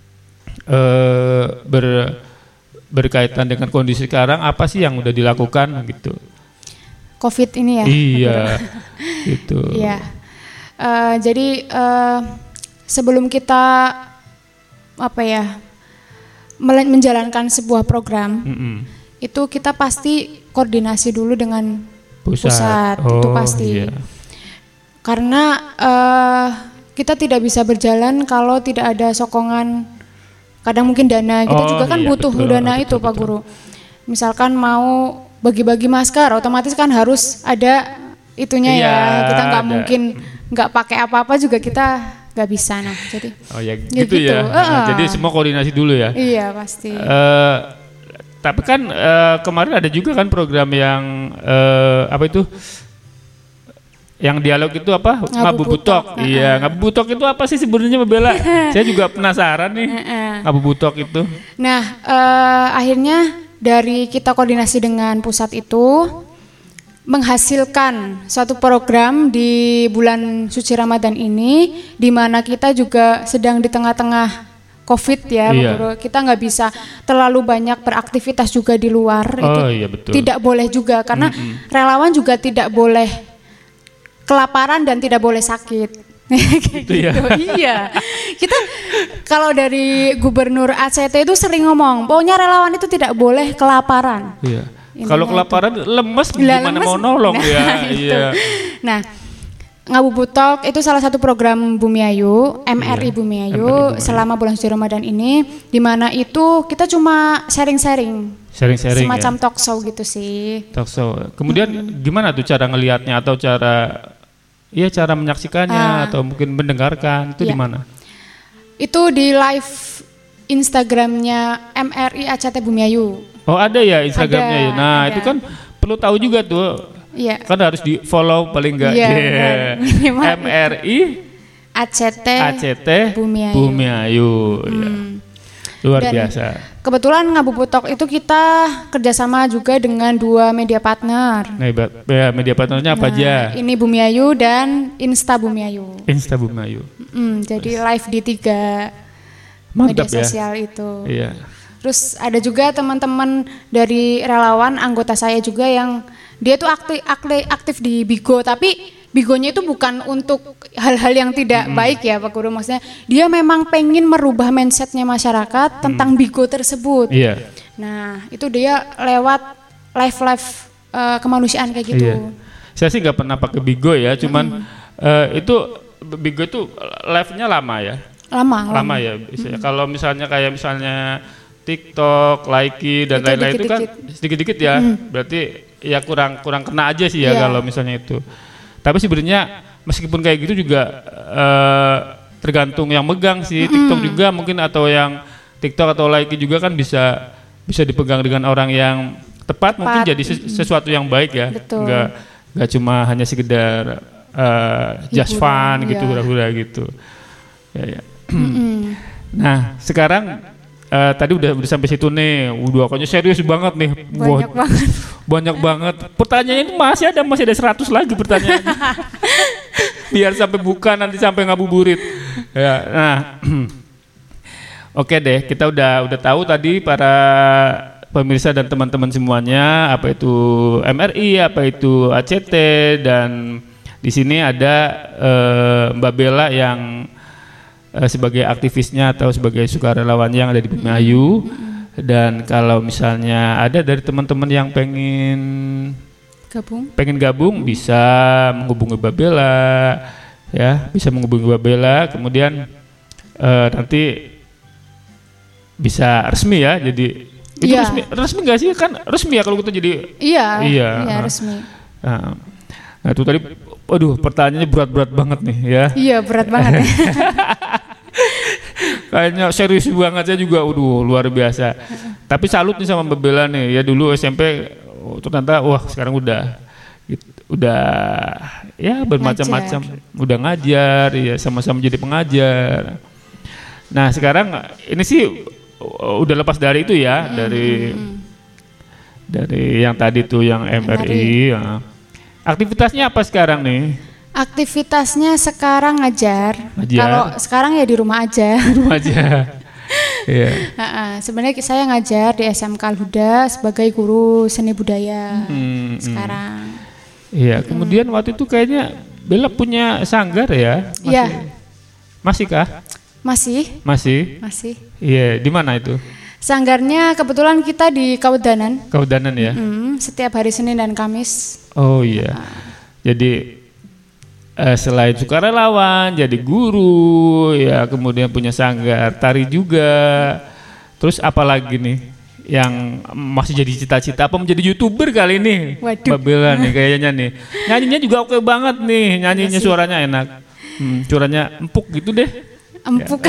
uh, ber berkaitan dengan kondisi sekarang, apa sih yang udah dilakukan gitu? Covid ini ya. Iya. Gitu. Iya. Uh, jadi uh, sebelum kita apa ya menjalankan sebuah program, mm-hmm. itu kita pasti koordinasi dulu dengan pusat, pusat oh, itu pasti. Iya. Karena uh, kita tidak bisa berjalan kalau tidak ada sokongan. Kadang mungkin dana, kita oh, juga kan iya, butuh betul, dana betul, itu betul, Pak Guru. Misalkan mau bagi-bagi masker, otomatis kan harus ada itunya iya, ya. Kita nggak mungkin nggak pakai apa-apa juga kita nggak bisa. Nah, jadi. Oh ya gitu ya. Gitu. ya. Nah, jadi semua koordinasi dulu ya. Iya pasti. Uh, tapi kan uh, kemarin ada juga kan program yang uh, apa itu? Yang dialog itu apa? Ngabubutok. Iya, ngabubutok itu apa sih sebenarnya Mbak Bella? Saya juga penasaran nih. Ngabubutok itu. Nah, uh, akhirnya dari kita koordinasi dengan pusat itu menghasilkan suatu program di bulan suci Ramadan ini, di mana kita juga sedang di tengah-tengah Covid ya, iya. Kita nggak bisa terlalu banyak beraktivitas juga di luar. Oh, itu iya, betul. Tidak boleh juga karena mm-hmm. relawan juga tidak boleh kelaparan dan tidak boleh sakit. Gitu ya. Iya. Kita kalau dari Gubernur A C T itu sering ngomong, pokoknya relawan itu tidak boleh kelaparan. Iya. Kalau kelaparan itu lemes gimana lemes, mau nolong nah, ya. Iya. Nah, Ngabuburit Talk itu salah satu program Bumiayu, M R I iya, Bumiayu selama bulan suci Ramadan ini, di mana itu kita cuma sharing-sharing. Sharing-sharing semacam ya? Talk show gitu sih. Talk show. Kemudian hmm. gimana tuh cara ngelihatnya atau cara Iya cara menyaksikannya uh, atau mungkin mendengarkan itu iya. di mana? Itu di live Instagramnya M R I A C T Bumiayu. Oh ada ya Instagramnya ada, ya. Nah ada. Itu kan perlu tahu juga tuh. Iya. Kan harus di follow paling enggak. Iya, yeah. M R I A C T A C T Bumiayu. Bumiayu. Hmm. Ya. Luar Dan biasa. Kebetulan Ngabuburit Talk itu kita kerjasama juga dengan dua media partner. Nah, ya, media partnernya apa nah, aja? Ini Bumiayu dan Insta Bumiayu. Insta Bumiayu. Mm, jadi live di tiga Mantap, media sosial ya? Itu. Iya. Terus ada juga teman-teman dari relawan anggota saya juga yang dia tuh aktif aktif, aktif di Bigo, tapi Bigonya itu bukan untuk hal-hal yang tidak hmm. baik ya Pak Guru, maksudnya dia memang pengen merubah mindsetnya masyarakat tentang hmm. Bigo tersebut. Iya. Nah itu dia lewat live-live uh, kemanusiaan kayak gitu. Iya. Saya sih nggak pernah pakai Bigo ya, cuman hmm. uh, itu Bigo itu live-nya lama ya. Lama. Lama, lama. ya. Hmm. Kalau misalnya kayak misalnya TikTok, Likee dan lain-lain itu kan sedikit-sedikit ya, hmm. berarti ya kurang kurang kena aja sih ya yeah. kalau misalnya itu. Tapi sebenarnya meskipun kayak gitu juga uh, tergantung yang megang sih. Mm. TikTok juga mungkin atau yang TikTok atau Likee juga kan bisa bisa dipegang dengan orang yang tepat, tepat. Mungkin jadi sesuatu yang baik ya. Betul. Nggak nggak cuma hanya sekedar uh, just fun gitu, hura-hura gitu. Ya, ya. Nah sekarang Uh, tadi udah udah sampai situ nih, udah pokoknya serius banget nih. Banyak Wah, banget. Banyak banget. Pertanyaannya itu masih ada, masih ada seratus lagi pertanyaannya. Biar sampai buka nanti sampai ngabuburit. Ya, nah. Oke deh, kita udah udah tahu tadi para pemirsa dan teman-teman semuanya apa itu M R I, apa itu A C T, dan di sini ada uh, Mbak Bella yang Uh, sebagai aktivisnya atau sebagai sukarelawan yang ada di Bumiayu. Dan kalau misalnya ada dari teman-teman yang pengen gabung, pengen gabung bisa menghubungi Mbak Bella, ya bisa menghubungi Mbak Bella. Kemudian uh, nanti bisa resmi ya. Jadi itu ya. resmi, resmi nggak sih kan resmi ya kalau kita jadi iya iya, iya nah, resmi. Nah, nah itu tadi, waduh pertanyaannya berat-berat banget nih ya. Iya berat banget. Kayaknya serius banget, saya juga waduh luar biasa. Tapi salut nih sama Mbak Bella nih ya, dulu S M P oh, ternyata wah sekarang udah udah ya bermacam-macam, udah ngajar ya, sama-sama jadi pengajar. Nah sekarang ini sih udah lepas dari itu ya, hmm. dari dari yang tadi tuh yang M R I. Ya. Aktivitasnya apa sekarang nih? Aktivitasnya sekarang ngajar. Kalau sekarang ya di rumah aja. Di rumah aja. Iya. Yeah. Sebenarnya saya ngajar di S M K Al-Huda sebagai guru seni budaya hmm, sekarang. Iya. Kemudian hmm. waktu itu kayaknya Bella punya sanggar ya? Iya. Masih kah? Masih. Masih. Masih. Iya. Di mana itu? Sanggarnya kebetulan kita di Kaudanan. Kaudanan ya. Mm, setiap hari Senin dan Kamis. Oh iya. Nah. Jadi Uh, selain sukarelawan, jadi guru, ya kemudian punya sanggar tari juga. Terus apa lagi nih yang masih jadi cita-cita? Apa menjadi YouTuber kali ini? Waduh. Mbak Bella nih kayaknya nih. Nyanyinya juga oke banget nih, nyanyinya suaranya enak. Hmm, suaranya empuk gitu deh. Empuk.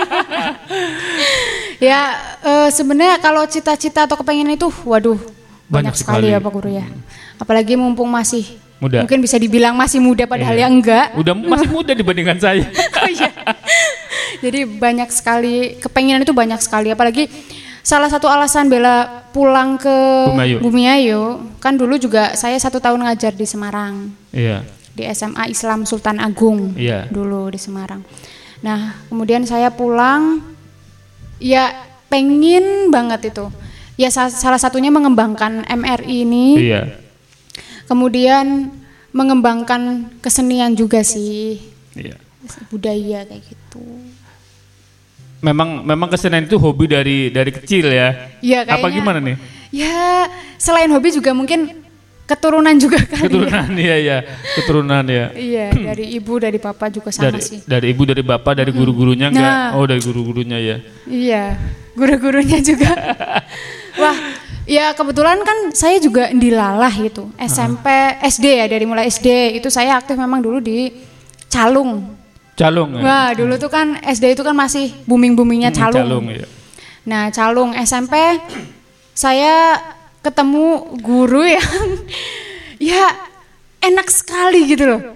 Ya, ya uh, sebenarnya kalau cita-cita atau kepengen itu, waduh banyak, banyak sekali ya Pak Guru ya. Apalagi mumpung masih muda. Mungkin bisa dibilang masih muda padahal iya. yang enggak. Udah masih muda dibandingkan saya. Oh iya. Jadi banyak sekali, kepengenan itu banyak sekali. Apalagi salah satu alasan Bella pulang ke Bumiayu. Bumiayu, kan dulu juga saya satu tahun ngajar di Semarang. Iya. Di S M A Islam Sultan Agung. Iya. Dulu di Semarang. Nah kemudian saya pulang, ya pengen banget itu. Ya salah satunya mengembangkan M R I ini. Iya. Kemudian mengembangkan kesenian juga sih. Iya. Budaya kayak gitu. Memang memang kesenian itu hobi dari dari kecil ya. Iya kayaknya. Apa gimana nih? Ya selain hobi juga mungkin keturunan juga kali. Keturunan ya ya, keturunan ya. Iya, dari ibu, dari papa juga sama dari, sih. Dari ibu, dari bapak, dari guru-gurunya enggak? Nah, oh, dari guru-gurunya ya. Iya, guru-gurunya juga. Wah, ya kebetulan kan saya juga dilalah itu. S M P, S D ya, dari mulai S D itu saya aktif memang dulu di Calung. Calung ya. Wah, dulu tuh kan S D itu kan masih booming-boomingnya Calung. Hmm, Calung ya. Nah, Calung S M P saya ketemu guru yang ya enak sekali gitu loh.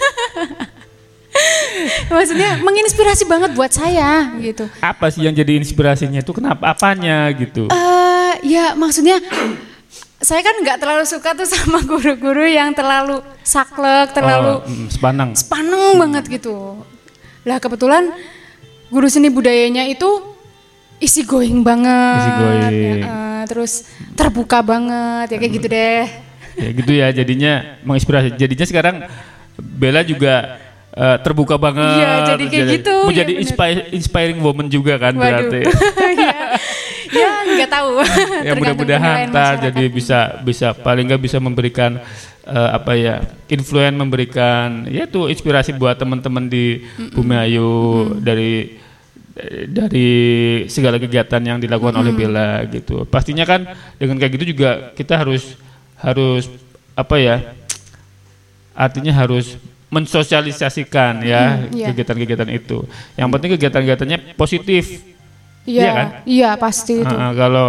Maksudnya menginspirasi banget buat saya gitu. Apa sih yang jadi inspirasinya itu? Kenapa? Apanya gitu? Uh, ya maksudnya saya kan nggak terlalu suka tuh sama guru-guru yang terlalu saklek, terlalu oh, mm, sepanang, sepanang hmm. banget gitu. Lah kebetulan guru seni budayanya itu easy going banget, easy going. Ya, uh, terus terbuka banget ya kayak gitu deh. Ya gitu ya, jadinya menginspirasi. Jadinya sekarang Bella juga uh, terbuka banget. Iya, jadi kayak jadi, gitu. Menjadi ya, inspire, inspiring woman juga kan. Waduh. Berarti. ya, ya nggak tahu. Ya mudah-mudahan ntar jadi bisa bisa paling nggak bisa memberikan uh, apa ya, influence, memberikan ya tuh inspirasi buat teman-teman di Mm-mm. Bumiayu mm. dari dari segala kegiatan yang dilakukan mm-hmm. oleh Bella gitu. Pastinya kan dengan kayak gitu juga kita harus harus apa ya? Artinya harus mensosialisasikan ya mm, yeah. kegiatan-kegiatan itu. Yang penting kegiatan-kegiatannya positif. Iya yeah, kan? Iya yeah, pasti itu. Uh, kalau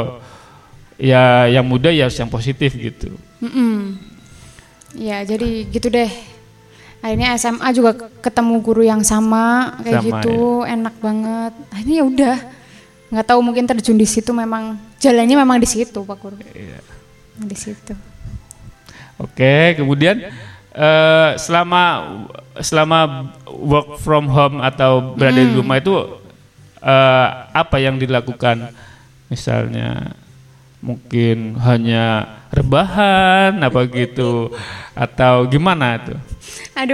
ya yang muda ya yang positif gitu. Mm-mm. Ya jadi gitu deh. Akhirnya S M A juga ketemu guru yang sama kayak sama, gitu, ya. Enak banget. Akhirnya ya udah, nggak tahu mungkin terjun di situ memang jalannya memang di situ Pak Guru. Iya. Di situ. Oke, kemudian uh, selama selama work from home atau berada hmm. di rumah itu uh, apa yang dilakukan? Misalnya mungkin hanya rebahan apa gitu atau gimana tuh? Aduh,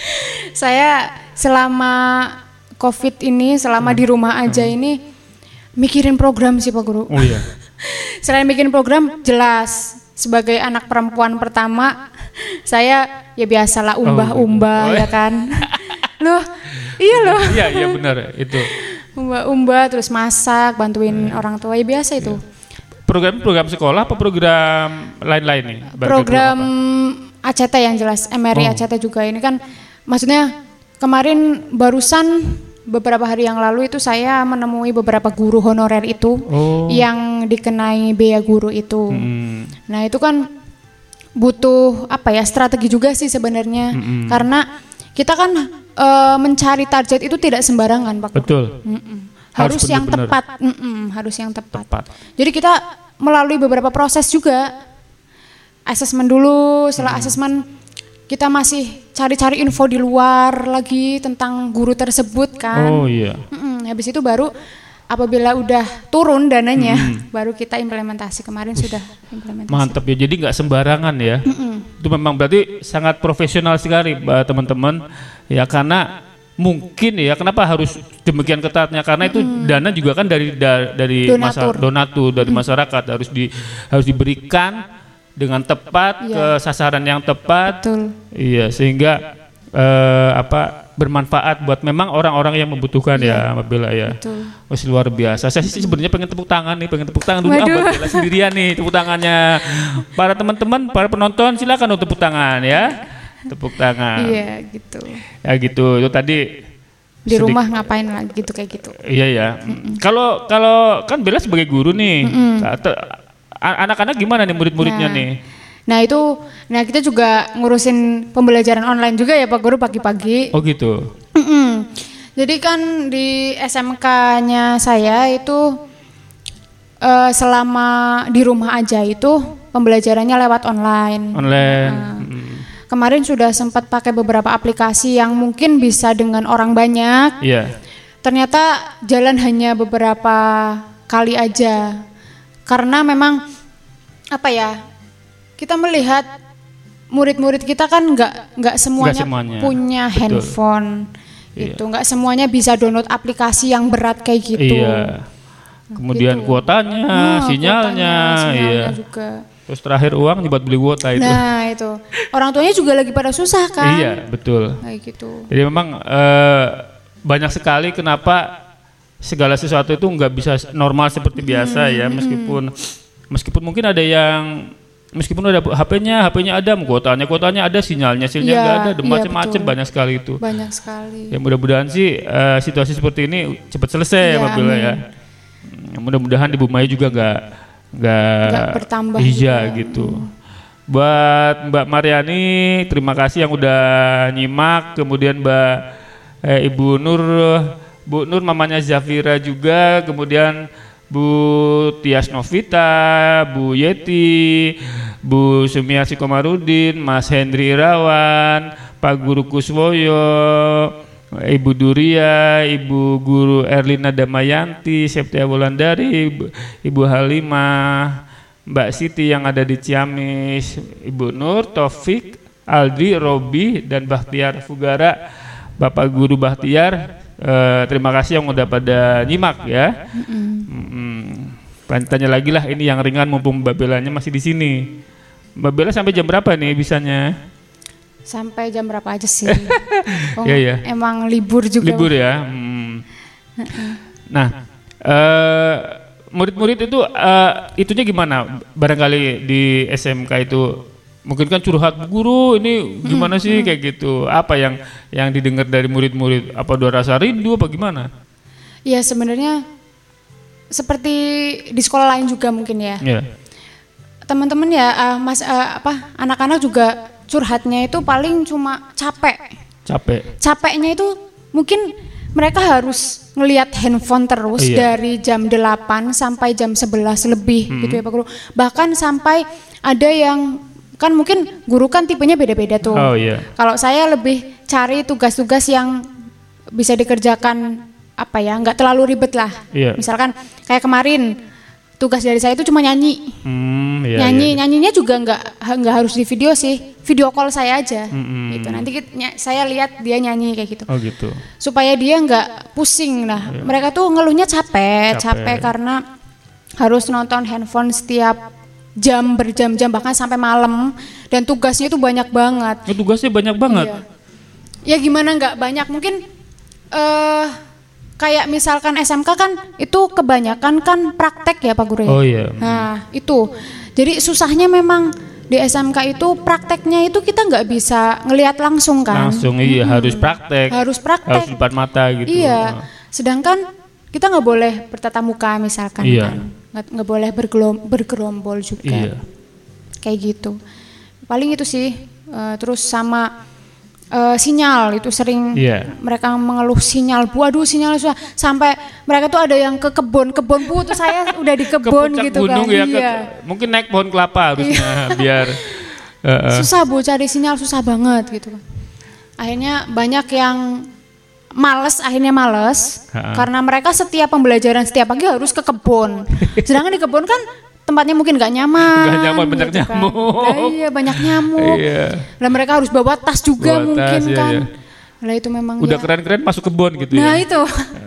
saya selama COVID ini, selama hmm. di rumah aja hmm. ini mikirin program sih Pak Guru. Oh iya. Selain bikin program, jelas sebagai anak perempuan pertama, saya ya biasalah umbah-umbah oh, oh, ya kan. Loh, iya loh. Iya, iya benar itu. Umbah-umbah terus masak, bantuin hmm. orang tua ya biasa itu. Program-program sekolah apa program lain-lain nih? Program A C T yang jelas, M R I oh. A C T juga ini kan, maksudnya kemarin barusan beberapa hari yang lalu itu saya menemui beberapa guru honorer itu oh. yang dikenai bea guru itu. Hmm. Nah itu kan butuh apa ya strategi juga sih sebenarnya, hmm. karena kita kan e, mencari target itu tidak sembarangan Pak. Betul. Mm-mm. Harus, harus yang tepat, Mm-mm, harus yang tepat. tepat. Jadi kita melalui beberapa proses juga, asesmen dulu, setelah hmm. asesmen kita masih cari-cari info di luar lagi tentang guru tersebut kan. Oh iya. Mm-mm, habis itu baru apabila udah turun dananya, hmm. baru kita implementasi. Kemarin Ush, sudah implementasi. Mantap ya, jadi nggak sembarangan ya. Mm-mm. Itu memang berarti sangat profesional sekali teman-teman ya, karena mungkin ya kenapa harus demikian ketatnya, karena itu mm. dana juga kan dari da, dari donatur, masa, donatur dari mm. masyarakat harus di harus diberikan dengan tepat yeah. ke sasaran yang tepat. Betul. Iya, sehingga eh, apa bermanfaat buat memang orang-orang yang membutuhkan yeah. ya Mbak Bella ya. Wah luar biasa. Saya sih sebenarnya pengen tepuk tangan nih, pengen tepuk tangan dulu ah, Mbak Bella sendirian nih tepuk tangannya. Para teman-teman, para penonton silakan untuk tepuk tangan ya. Tepuk tangan. Iya gitu. Ya gitu. Itu tadi di sedik- rumah ngapain lagi gitu kayak gitu. Iya ya. Kalau kalau kan Bella sebagai guru nih. Mm-mm. Anak-anak gimana nih murid-muridnya nah, nih? Nah itu, nah kita juga ngurusin pembelajaran online juga ya Pak Guru pagi-pagi. Oh gitu. Mm-mm. Jadi kan di S M K-nya saya itu uh, selama di rumah aja itu pembelajarannya lewat online. Online. Nah, mm. Kemarin sudah sempat pakai beberapa aplikasi yang mungkin bisa dengan orang banyak. Iya. Yeah. Ternyata jalan hanya beberapa kali aja. Karena memang apa ya? Kita melihat murid-murid kita kan nggak nggak semuanya, semuanya punya betul. handphone iya. itu nggak semuanya bisa download aplikasi yang berat kayak gitu. Iya. Kemudian gitu. kuotanya, nah, sinyalnya, kuotanya, sinyalnya iya. juga. Terus terakhir uang buat beli kuota itu. Nah itu orang tuanya juga lagi pada susah kan. Iya betul. Kayak gitu. Jadi memang eh, banyak sekali kenapa segala sesuatu itu nggak bisa normal seperti biasa hmm, ya meskipun hmm. meskipun mungkin ada yang meskipun ada H P-nya, H P-nya ada, kuotanya, kuotanya ada, sinyalnya, sinyalnya nggak ya, ada, ya, macam-macam banyak sekali itu. Banyak sekali. Ya mudah-mudahan sih uh, situasi seperti ini cepat selesai ya, apabila ya. Mudah-mudahan di Bumaya juga nggak nggak bertambah. Iya gitu. Hmm. Buat Mbak Mariani, terima kasih yang udah nyimak. Kemudian Mbak eh, Ibu Nur, Bu Nur mamanya Zafira juga. Kemudian Bu Tias Novita, Bu Yeti, Bu Sumiati Komarudin, Mas Hendri Irawan, Pak Guru Kuswoyo, Ibu Duria, Ibu Guru Erlina Damayanti, Septia Wulandari, Ibu, Ibu Halimah, Mbak Siti yang ada di Ciamis, Ibu Nur, Taufik, Aldi, Robi, dan Bahtiar Fugara, Bapak Guru Bahtiar. Uh, terima kasih yang udah pada nyimak ya. Mm-hmm. Tanya lagi lah ini yang ringan mumpung Mbak Belanya masih di sini. Mbak Bella sampai jam berapa nih bisanya? Sampai jam berapa aja sih? Oh, ya, ya. Emang libur juga. Libur ya. Hmm. Nah, uh, murid-murid itu uh, itunya gimana? Barangkali di S M K itu mungkin kan curhat guru ini gimana hmm, sih hmm. kayak gitu. Apa yang yang didengar dari murid-murid? Apa dua rasa rindu apa gimana? Ya sebenarnya seperti di sekolah lain juga mungkin ya. Yeah. Teman-teman ya uh, mas uh, apa anak-anak juga curhatnya itu paling cuma capek. Capek. Capeknya itu mungkin mereka harus ngelihat handphone terus iya. dari jam delapan sampai jam sebelas lebih hmm. gitu ya Pak Guru. Bahkan sampai ada yang kan mungkin guru kan tipenya beda-beda tuh. Oh, iya. Kalau saya lebih cari tugas-tugas yang bisa dikerjakan apa ya, nggak terlalu ribet lah. Iya. Misalkan kayak kemarin tugas dari saya itu cuma nyanyi. Hmm, iya, nyanyi, iya. Nyanyinya juga nggak nggak harus di video sih, video call saya aja. Hmm, gitu. Nanti kita, saya lihat dia nyanyi kayak gitu. Oh gitu. Supaya dia nggak pusing lah. Iya. Mereka tuh ngeluhnya capek, capek, capek karena harus nonton handphone setiap jam berjam-jam bahkan sampai malam dan tugasnya itu banyak banget. Ya, tugasnya banyak banget. Iya. Ya gimana nggak banyak mungkin uh, kayak misalkan S M K kan itu kebanyakan kan praktek ya Pak Guru. Oh iya. Nah itu jadi susahnya memang di S M K itu prakteknya itu kita nggak bisa ngelihat langsung kan. Langsung iya hmm. harus praktek. Harus praktek. Harus depan mata gitu. Iya. Sedangkan kita nggak boleh bertatap muka misalkan iya. kan. Nggak boleh bergelom, bergerombol juga iya. kayak gitu paling itu sih uh, terus sama uh, sinyal itu sering iya. mereka mengeluh sinyal waduh sinyal susah sampai mereka tuh ada yang ke kebun kebun bu tuh saya udah di kebun gitu gunung kan ya, iya. ke, mungkin naik pohon kelapa harusnya biar uh, uh. susah bu cari sinyal susah banget gitu akhirnya banyak yang males akhirnya males ha-ha. Karena mereka setiap pembelajaran setiap pagi harus ke kebun. Sedangkan di kebun kan tempatnya mungkin nggak nyaman. Nggak nyaman banyak gitu nyamuk. Kan. Nah, iya banyak nyamuk. Iya. Lah mereka harus bawa tas juga bawa mungkin tas, kan. Iya, iya. Lah itu memang. Udah ya. Keren-keren masuk kebun gitu nah, ya. Nah itu.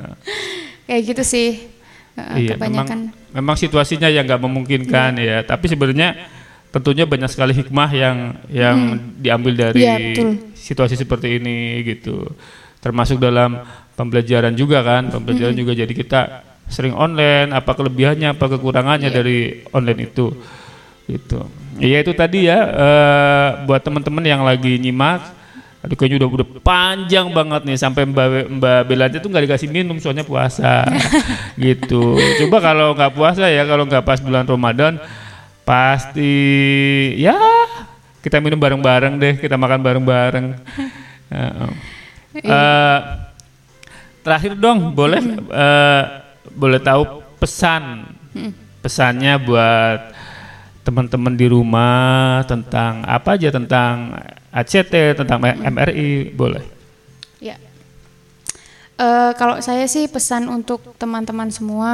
Kayak gitu sih. Iya, kebanyakan. Memang, memang situasinya yang nggak memungkinkan ya. ya. Tapi sebenarnya tentunya banyak sekali hikmah yang yang hmm. diambil dari ya, situasi seperti ini gitu. Termasuk dalam pembelajaran juga kan, pembelajaran mm-hmm. juga jadi kita sering online, apa kelebihannya, apa kekurangannya yeah. dari online itu, gitu. Ya itu tadi ya, uh, buat teman-teman yang lagi nyimak, aduh kayaknya udah udah panjang banget nih sampai Mbak Mbak Belanja tuh nggak dikasih minum soalnya puasa, gitu. Coba kalau nggak puasa ya, kalau nggak pas bulan Ramadan, pasti ya kita minum bareng-bareng deh, kita makan bareng-bareng. Uh, Uh, terakhir dong boleh uh, boleh tahu pesan pesannya buat teman-teman di rumah tentang apa aja tentang A C T tentang M R I boleh ya uh, kalau saya sih pesan untuk teman-teman semua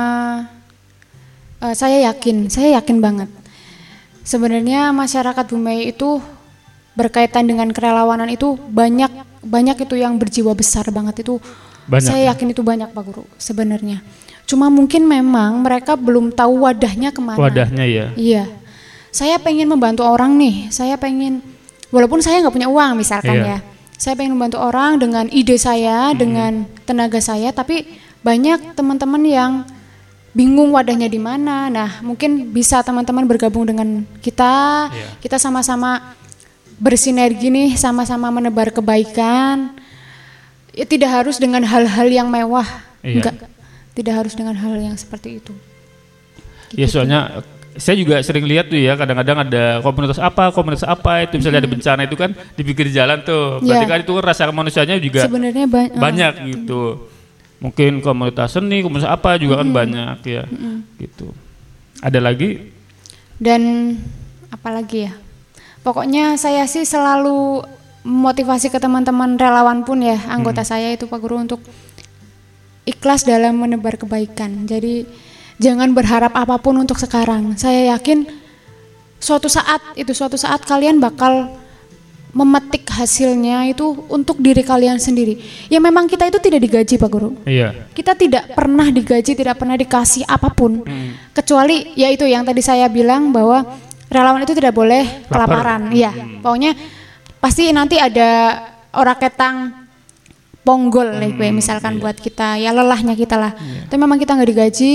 uh, saya yakin saya yakin banget sebenarnya masyarakat Bumaya itu berkaitan dengan kerelawanan itu banyak banyak itu yang berjiwa besar banget itu. Banyak, saya yakin itu banyak Pak Guru sebenarnya. Cuma mungkin memang mereka belum tahu wadahnya kemana. Wadahnya ya. Iya. Saya pengen membantu orang nih. Saya pengen, walaupun saya nggak punya uang misalkan iya. ya. Saya pengen membantu orang dengan ide saya, hmm. dengan tenaga saya. Tapi banyak teman-teman yang bingung wadahnya di mana. Nah, mungkin bisa teman-teman bergabung dengan kita. Iya. Kita sama-sama bersinergi nih, sama-sama menebar kebaikan. Ya, tidak harus dengan hal-hal yang mewah, iya. enggak, tidak harus dengan hal yang seperti itu. Gitu. Ya soalnya saya juga sering lihat tuh ya, kadang-kadang ada komunitas apa, komunitas apa itu misalnya hmm. ada bencana itu kan di pinggir jalan tuh, berarti ya. kan itu rasa manusianya juga sebenarnya ba- banyak uh, gitu. Mungkin komunitas seni, komunitas apa juga hmm. kan banyak ya, hmm. gitu. Ada lagi? Dan apa lagi ya? Pokoknya saya sih selalu motivasi ke teman-teman relawan pun ya, anggota hmm. saya itu Pak Guru untuk ikhlas dalam menebar kebaikan. Jadi jangan berharap apapun untuk sekarang. Saya yakin suatu saat itu suatu saat kalian bakal memetik hasilnya itu untuk diri kalian sendiri. Ya memang kita itu tidak digaji Pak Guru. Iya. Kita tidak pernah digaji, tidak pernah dikasih apapun. Hmm. Kecuali ya itu yang tadi saya bilang bahwa relawan itu tidak boleh kelaparan. Iya. Hmm. Pokoknya pasti nanti ada orang ketang ponggol hmm, nih, misalkan iya. buat kita ya lelahnya kita lah. Iya. Tapi memang kita nggak digaji,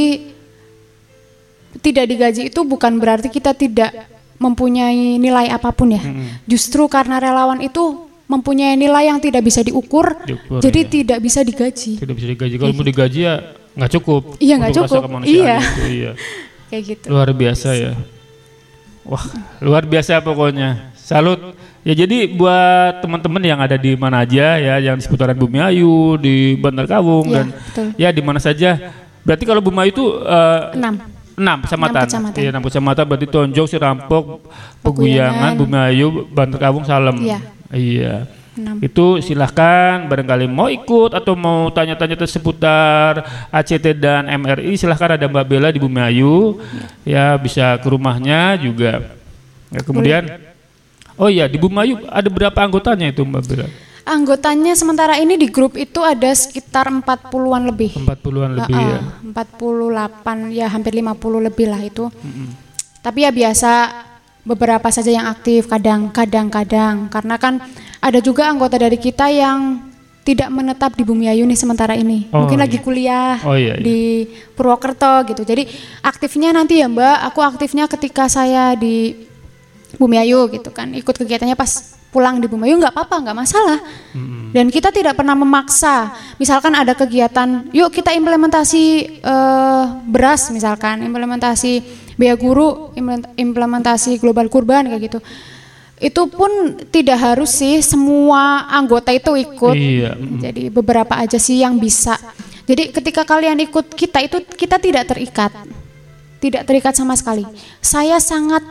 tidak digaji itu bukan berarti kita tidak mempunyai nilai apapun ya. Hmm. Justru karena relawan itu mempunyai nilai yang tidak bisa diukur, diukur jadi ya. tidak bisa digaji. Tidak bisa digaji. Kalau mau digaji ya nggak cukup. Iya nggak cukup. Iya. Itu, iya. Kayak gitu. Luar biasa ya. Wah luar biasa pokoknya. Salut. Ya jadi buat teman-teman yang ada di mana aja ya, yang di seputaran Bumiayu, di Bantar Kawung ya, dan betul. ya di mana saja. Berarti kalau Bumiayu itu uh, enam. enam kecamatan. Iya, enam kecamatan berarti Tonjong, Sirampok, Peguyangan, Bumiayu, Bantar Kawung, Salem. Iya. Iya. enam. Itu silahkan barangkali mau ikut atau mau tanya-tanya seputar A C T dan M R I, silahkan ada Mbak Bella di Bumiayu. Ya, ya bisa ke rumahnya juga. Ya, kemudian Boleh. Oh iya, di Bumiayu ada berapa anggotanya itu Mbak Bella? Anggotanya sementara ini di grup itu ada sekitar empat puluhan lebih. empat puluhan lebih uh, uh, ya. empat puluh delapan ya hampir lima puluh lebih lah itu. Mm-hmm. Tapi ya biasa beberapa saja yang aktif, kadang-kadang karena kan ada juga anggota dari kita yang tidak menetap di Bumiayu nih sementara ini. Oh, Mungkin iya. lagi kuliah oh, iya, iya. di Purwokerto gitu. Jadi aktifnya nanti ya Mbak, aku aktifnya ketika saya di Bumiayu gitu kan, ikut kegiatannya pas pulang di Bumiayu nggak apa-apa, nggak masalah. Mm-hmm. Dan kita tidak pernah memaksa. Misalkan ada kegiatan, yuk kita implementasi uh, beras misalkan, implementasi biaya guru, implementasi global kurban kayak gitu. Itu pun tidak harus sih semua anggota itu ikut. Iya. Mm-hmm. Jadi beberapa aja sih yang bisa. Jadi ketika kalian ikut kita itu kita tidak terikat, tidak terikat sama sekali. Saya sangat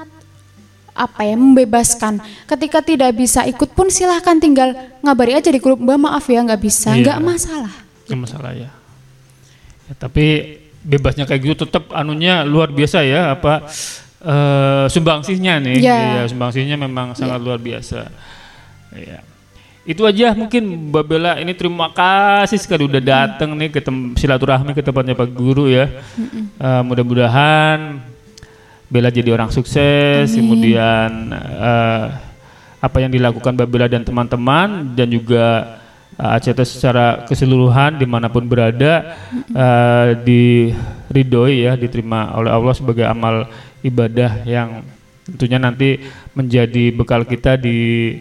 apa ya membebaskan. Ketika tidak bisa ikut pun silahkan tinggal ngabari aja di grup, Mbak maaf ya nggak bisa, nggak iya. masalah. Nggak gitu. masalah ya. ya. Tapi bebasnya kayak gitu tetap anunya luar biasa ya apa uh, sumbangsihnya nih. Ya. Ya, sumbangsihnya memang sangat ya. luar biasa. Ya. Itu aja mungkin Mbak Bella, ini terima kasih sekali udah datang nih ke tem- silaturahmi ke tempatnya Pak Guru ya. Uh, mudah-mudahan Bella jadi orang sukses. Amin. Kemudian uh, apa yang dilakukan Mbak Bella dan teman-teman dan juga uh, A C T secara keseluruhan dimanapun berada uh, diridhoi ya, diterima oleh Allah sebagai amal ibadah yang tentunya nanti menjadi bekal kita di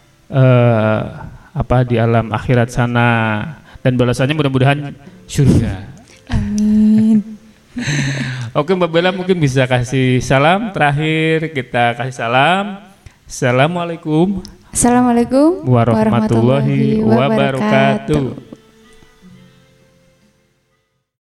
uh, apa di alam akhirat sana dan balasannya mudah-mudahan surga. Amin. Oke Mbak Bella mungkin bisa kasih salam terakhir, kita kasih salam. Assalamualaikum Assalamualaikum warahmatullahi wabarakatuh.